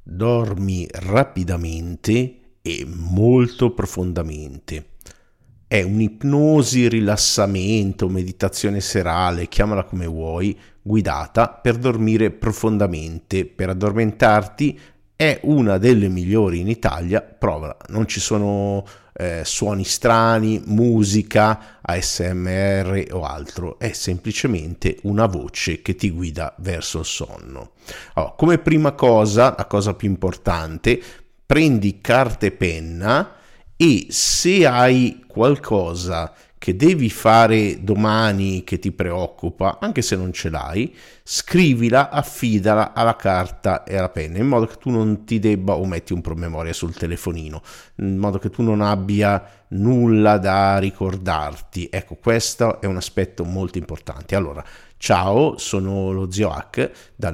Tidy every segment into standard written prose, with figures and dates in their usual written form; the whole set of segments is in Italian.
dormi rapidamente e molto profondamente. È un'ipnosi, rilassamento, meditazione serale, chiamala come vuoi, guidata per dormire profondamente, per addormentarti. È una delle migliori in Italia, provala, non ci sono suoni strani, musica, ASMR o altro, è semplicemente una voce che ti guida verso il sonno. Allora, come prima cosa, la cosa più importante, prendi carta e penna e se hai qualcosa che devi fare domani che ti preoccupa, anche se non ce l'hai, scrivila, affidala alla carta e alla penna, in modo che tu non ti debba, o metti un promemoria sul telefonino, in modo che tu non abbia nulla da ricordarti. Ecco, questo è un aspetto molto importante. Allora, ciao, sono lo zio Hack, dal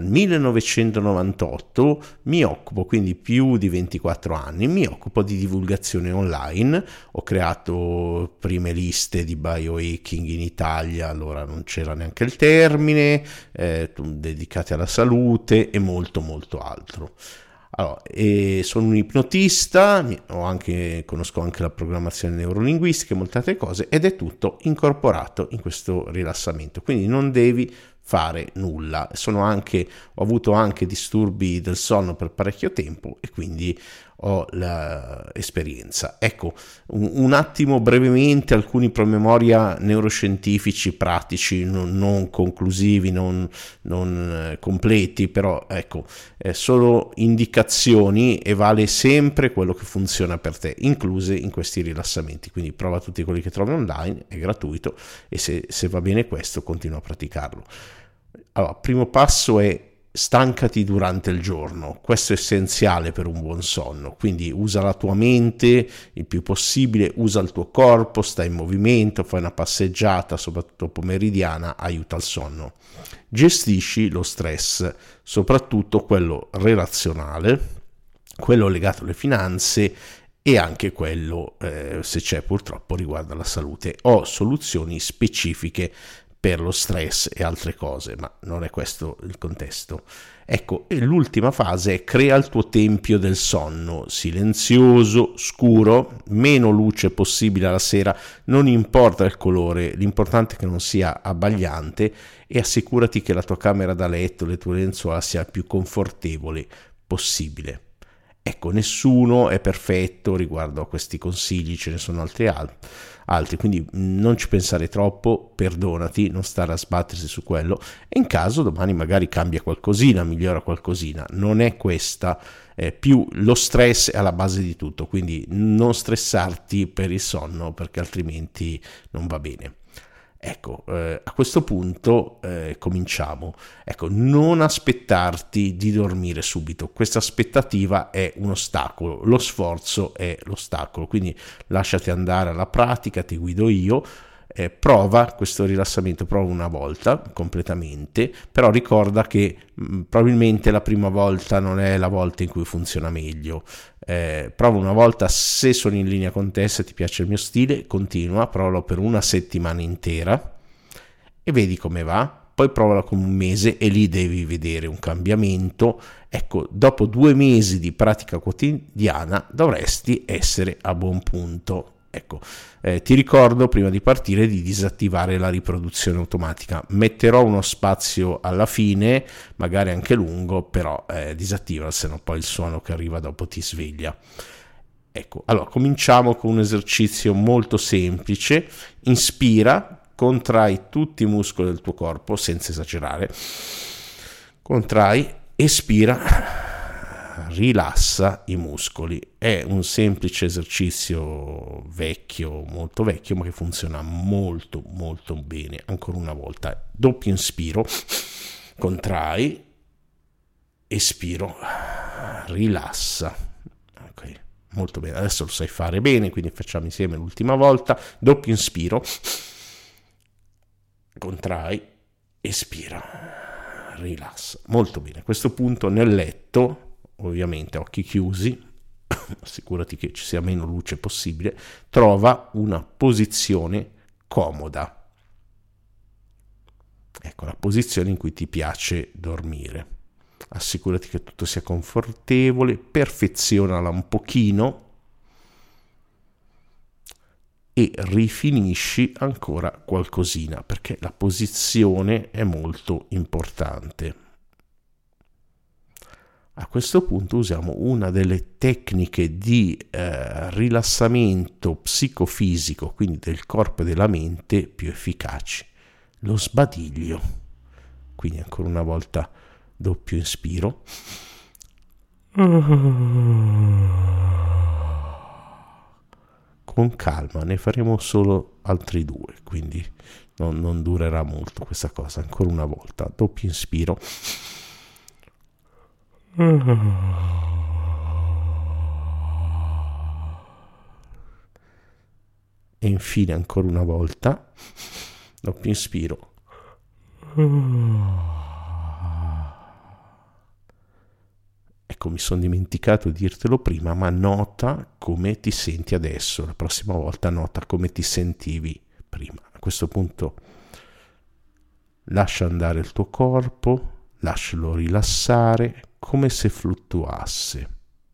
1998 mi occupo, quindi più di 24 anni, mi occupo di divulgazione online, ho creato prime liste di biohacking in Italia, allora non c'era neanche il termine, dedicate alla salute e molto molto altro. Allora, sono un ipnotista, conosco anche la programmazione neurolinguistica e molte altre cose, ed è tutto incorporato in questo rilassamento, quindi non devi fare nulla. Ho avuto anche disturbi del sonno per parecchio tempo e quindi ho l'esperienza. Ecco, un attimo brevemente alcuni promemoria neuroscientifici pratici, non conclusivi, non completi, però ecco, solo indicazioni e vale sempre quello che funziona per te, incluse in questi rilassamenti. Quindi prova tutti quelli che trovi online, è gratuito, e se va bene questo, continua a praticarlo. Allora, primo passo è stancati durante il giorno, questo è essenziale per un buon sonno, quindi usa la tua mente il più possibile, usa il tuo corpo, stai in movimento, fai una passeggiata, soprattutto pomeridiana, aiuta il sonno. Gestisci lo stress, soprattutto quello relazionale, quello legato alle finanze e anche quello, se c'è purtroppo, riguarda la salute. Ho soluzioni specifiche per lo stress e altre cose, ma non è questo il contesto. Ecco, e l'ultima fase è crea il tuo tempio del sonno, silenzioso, scuro, meno luce possibile alla sera, non importa il colore, l'importante è che non sia abbagliante, e assicurati che la tua camera da letto, le tue lenzuola sia il più confortevole possibile. Ecco, nessuno è perfetto riguardo a questi consigli, ce ne sono altri, quindi non ci pensare troppo, perdonati, non stare a sbattersi su quello, e in caso domani magari cambia qualcosina, migliora qualcosina, non è questa, più lo stress è alla base di tutto, quindi non stressarti per il sonno perché altrimenti non va bene. Ecco, a questo punto cominciamo. Ecco, non aspettarti di dormire subito, questa aspettativa è un ostacolo, lo sforzo è l'ostacolo, quindi lasciati andare alla pratica, ti guido io, prova questo rilassamento, prova una volta completamente, però ricorda che probabilmente la prima volta non è la volta in cui funziona meglio. Prova una volta, se sono in linea con te, se ti piace il mio stile, continua, provalo per una settimana intera e vedi come va. Poi provala con un mese e lì devi vedere un cambiamento. Ecco, dopo 2 mesi di pratica quotidiana dovresti essere a buon punto. Ecco, ti ricordo prima di partire di disattivare la riproduzione automatica. Metterò uno spazio alla fine, magari anche lungo, però disattiva, se no poi il suono che arriva dopo ti sveglia. Ecco, allora cominciamo con un esercizio molto semplice. Inspira, contrai tutti i muscoli del tuo corpo senza esagerare. Contrai, espira, rilassa i muscoli. È un semplice esercizio vecchio, molto vecchio, ma che funziona molto molto bene. Ancora una volta, doppio inspiro, contrai, espiro, rilassa. Ok, molto bene, adesso lo sai fare bene, quindi facciamo insieme l'ultima volta. Doppio inspiro, contrai, espira, rilassa. Molto bene. A questo punto nel letto, ovviamente occhi chiusi, assicurati che ci sia meno luce possibile, trova una posizione comoda. Ecco, la posizione in cui ti piace dormire. assicurati che tutto sia confortevole, perfezionala un pochino e rifinisci ancora qualcosina, perché la posizione è molto importante. A questo punto usiamo una delle tecniche di rilassamento psicofisico, quindi del corpo e della mente, più efficaci, lo sbadiglio. Quindi ancora una volta doppio inspiro. Con calma, ne faremo solo altri due, quindi non durerà molto questa cosa. Ancora una volta, doppio inspiro. E infine ancora una volta, doppio inspiro. Ecco, mi sono dimenticato di dirtelo prima, ma nota come ti senti adesso. La prossima volta nota come ti sentivi prima. A questo punto lascia andare il tuo corpo, lascialo rilassare come se fluttuasse.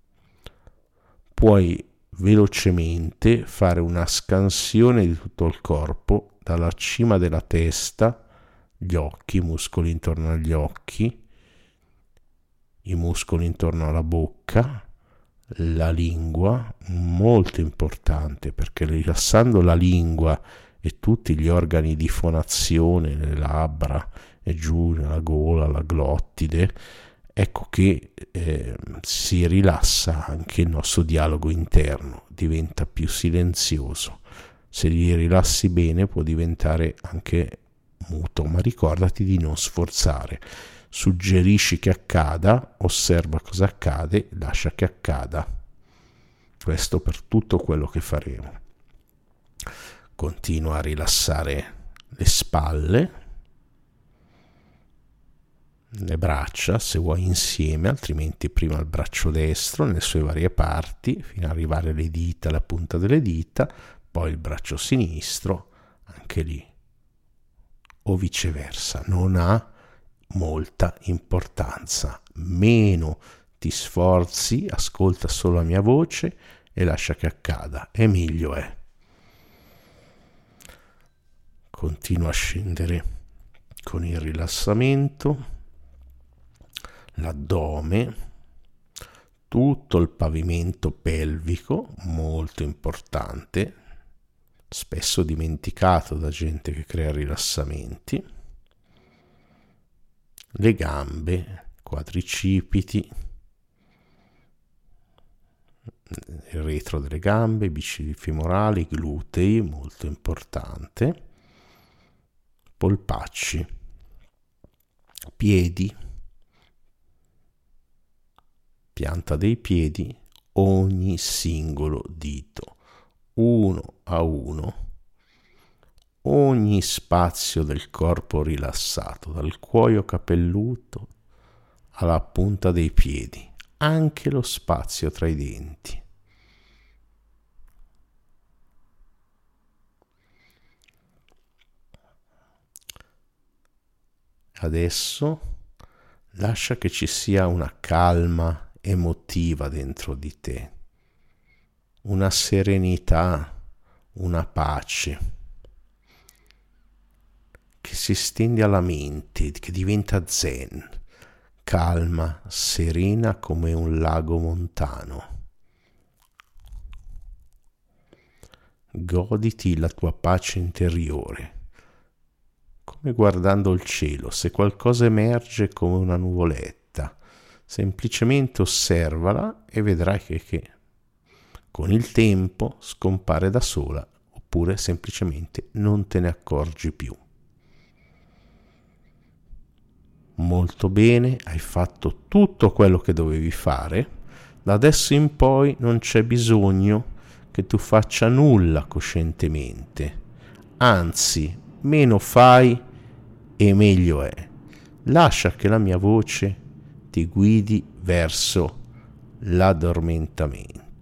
Puoi velocemente fare una scansione di tutto il corpo, dalla cima della testa, gli occhi, i muscoli intorno agli occhi, i muscoli intorno alla bocca, la lingua, molto importante, perché rilassando la lingua e tutti gli organi di fonazione, le labbra e giù la gola, la glottide, ecco che si rilassa anche il nostro dialogo interno, diventa più silenzioso. Se li rilassi bene può diventare anche muto, ma ricordati di non sforzare. Suggerisci che accada, osserva cosa accade, lascia che accada. Questo per tutto quello che faremo. Continua a rilassare le spalle, le braccia se vuoi insieme, altrimenti prima il braccio destro nelle sue varie parti fino ad arrivare alle dita, alla punta delle dita, poi il braccio sinistro, anche lì, o viceversa. Non ha molta importanza. Meno ti sforzi, ascolta solo la mia voce e lascia che accada, e meglio è. Continua a scendere con il rilassamento, l'addome, tutto il pavimento pelvico, molto importante, spesso dimenticato da gente che crea rilassamenti, le gambe, quadricipiti, il retro delle gambe, i bicipiti femorali, i glutei, molto importante, polpacci, piedi, pianta dei piedi, ogni singolo dito, uno a uno, ogni spazio del corpo rilassato, dal cuoio capelluto alla punta dei piedi, anche lo spazio tra i denti. Adesso lascia che ci sia una calma emotiva dentro di te, una serenità, una pace che si stende alla mente, che diventa zen, calma, serena come un lago montano. Goditi la tua pace interiore, come guardando il cielo. Se qualcosa emerge come una nuvoletta, semplicemente osservala e vedrai che con il tempo scompare da sola, oppure semplicemente non te ne accorgi più. Molto bene, hai fatto tutto quello che dovevi fare. Da adesso in poi non c'è bisogno che tu faccia nulla coscientemente. Anzi, meno fai e meglio è. Lascia che la mia voce ti guidi verso l'addormentamento.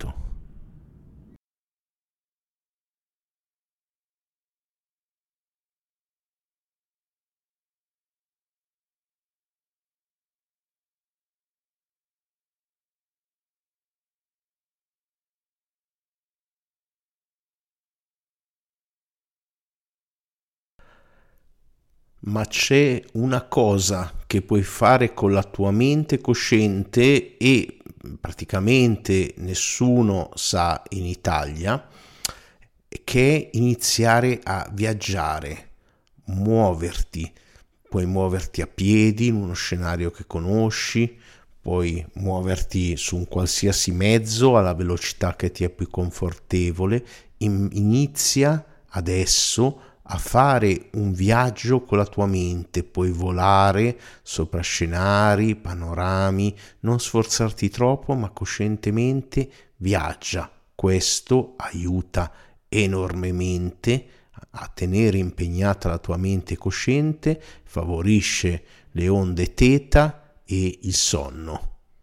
ma c'è una cosa che puoi fare con la tua mente cosciente e praticamente nessuno sa in Italia, che è iniziare a viaggiare, muoverti. Puoi muoverti a piedi in uno scenario che conosci, puoi muoverti su un qualsiasi mezzo alla velocità che ti è più confortevole. Inizia adesso a fare un viaggio con la tua mente, puoi volare sopra scenari, panorami, non sforzarti troppo, ma coscientemente viaggia. Questo aiuta enormemente a tenere impegnata la tua mente cosciente, favorisce le onde teta e il sonno.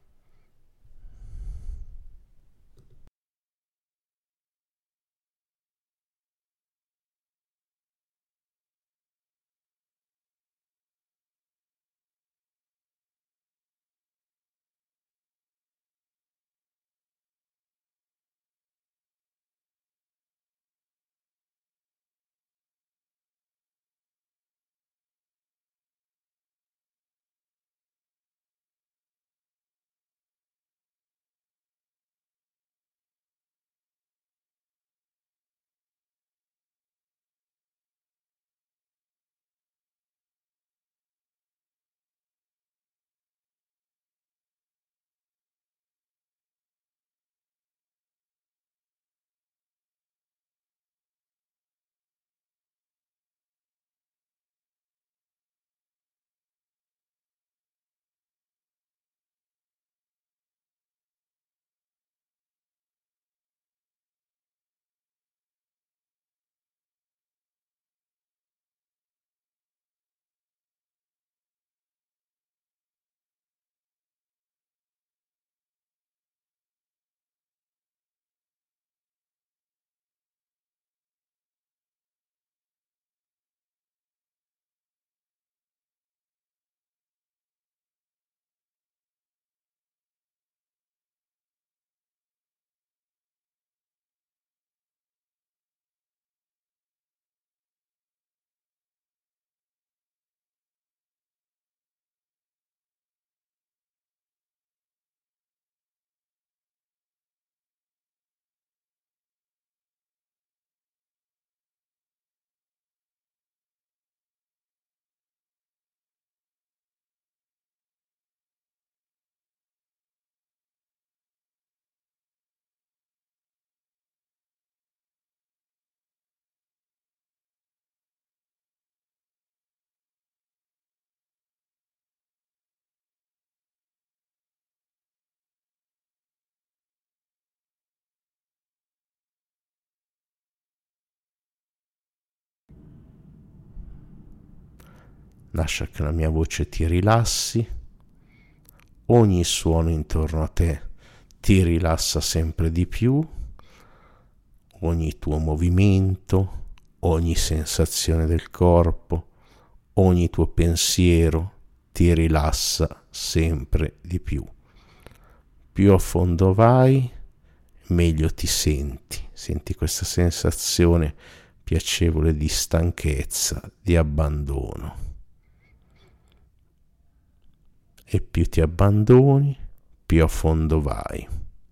Lascia che la mia voce ti rilassi, ogni suono intorno a te ti rilassa sempre di più, ogni tuo movimento, ogni sensazione del corpo, ogni tuo pensiero ti rilassa sempre di più. Più a fondo vai, meglio ti senti. Senti questa sensazione piacevole di stanchezza, di abbandono. E più ti abbandoni, più a fondo vai.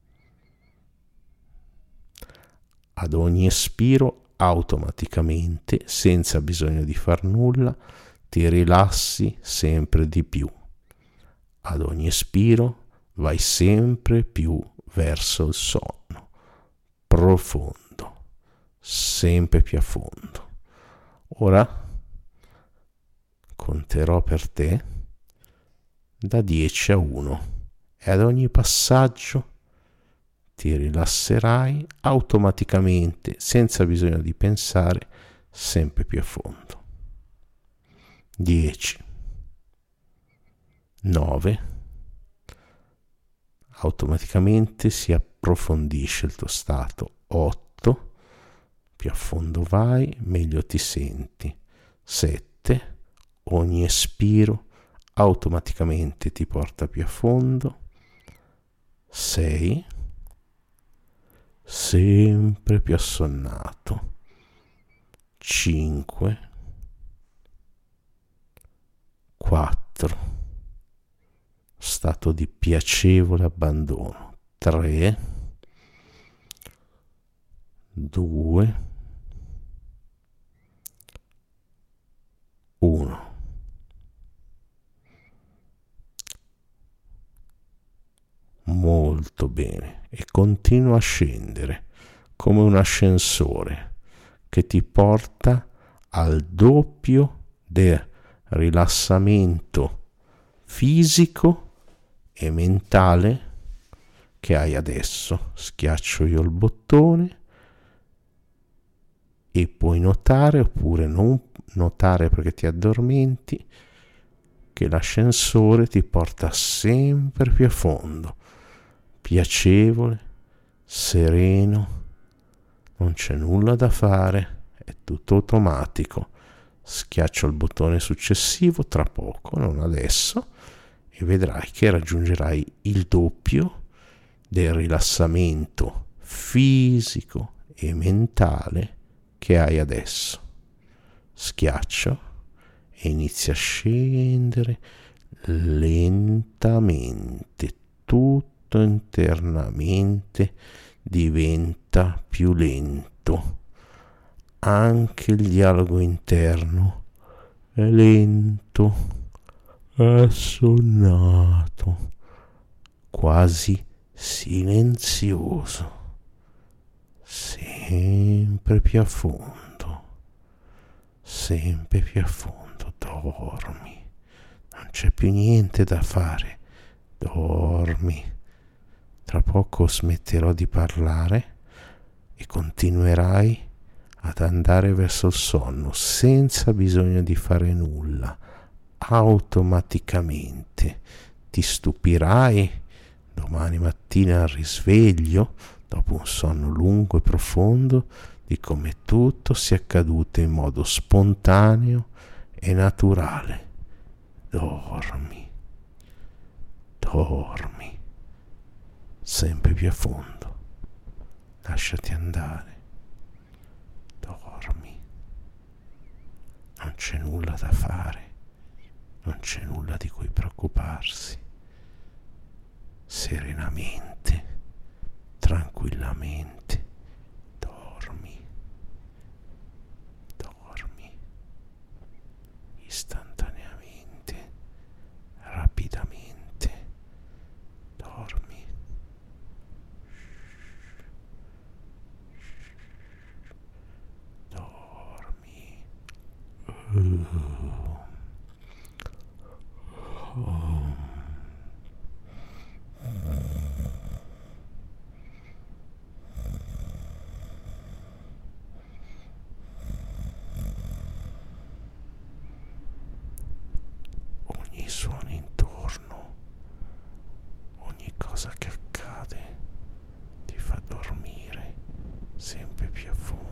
Ad ogni espiro, automaticamente, senza bisogno di far nulla, ti rilassi sempre di più. Ad ogni espiro vai sempre più verso il sonno, profondo, sempre più a fondo. Ora conterò per te da 10 a 1 e ad ogni passaggio ti rilasserai automaticamente, senza bisogno di pensare, sempre più a fondo. 10, 9, automaticamente si approfondisce il tuo stato. 8, più a fondo vai, meglio ti senti. 7, ogni espiro automaticamente ti porta più a fondo. 6, sempre più assonnato. 5, 4, stato di piacevole abbandono, 3, 2, 1. Molto bene, e continua a scendere come un ascensore che ti porta al doppio del rilassamento fisico e mentale che hai adesso. Schiaccio io il bottone e puoi notare, oppure non notare perché ti addormenti, che l'ascensore ti porta sempre più a fondo, piacevole, sereno, non c'è nulla da fare, è tutto automatico. Schiaccio il bottone successivo tra poco, non adesso, e vedrai che raggiungerai il doppio del rilassamento fisico e mentale che hai adesso. Schiaccio e inizia a scendere lentamente, tutto internamente diventa più lento. Anche il dialogo interno è lento, assonnato, quasi silenzioso, sempre più a fondo, sempre più a fondo. Dormi, non c'è più niente da fare, dormi. Tra poco smetterò di parlare e continuerai ad andare verso il sonno senza bisogno di fare nulla, automaticamente. Ti stupirai domani mattina al risveglio, dopo un sonno lungo e profondo, di come tutto sia accaduto in modo spontaneo e naturale. Dormi, dormi, sempre più a fondo, lasciati andare. Dormi, non c'è nulla da fare, non c'è nulla di cui preoccuparsi. Serenamente, tranquillamente, dormi, dormi, istantaneamente, rapidamente, dormi. Dormi. Ogni suono intorno, ogni cosa che accade ti fa dormire sempre più a fondo.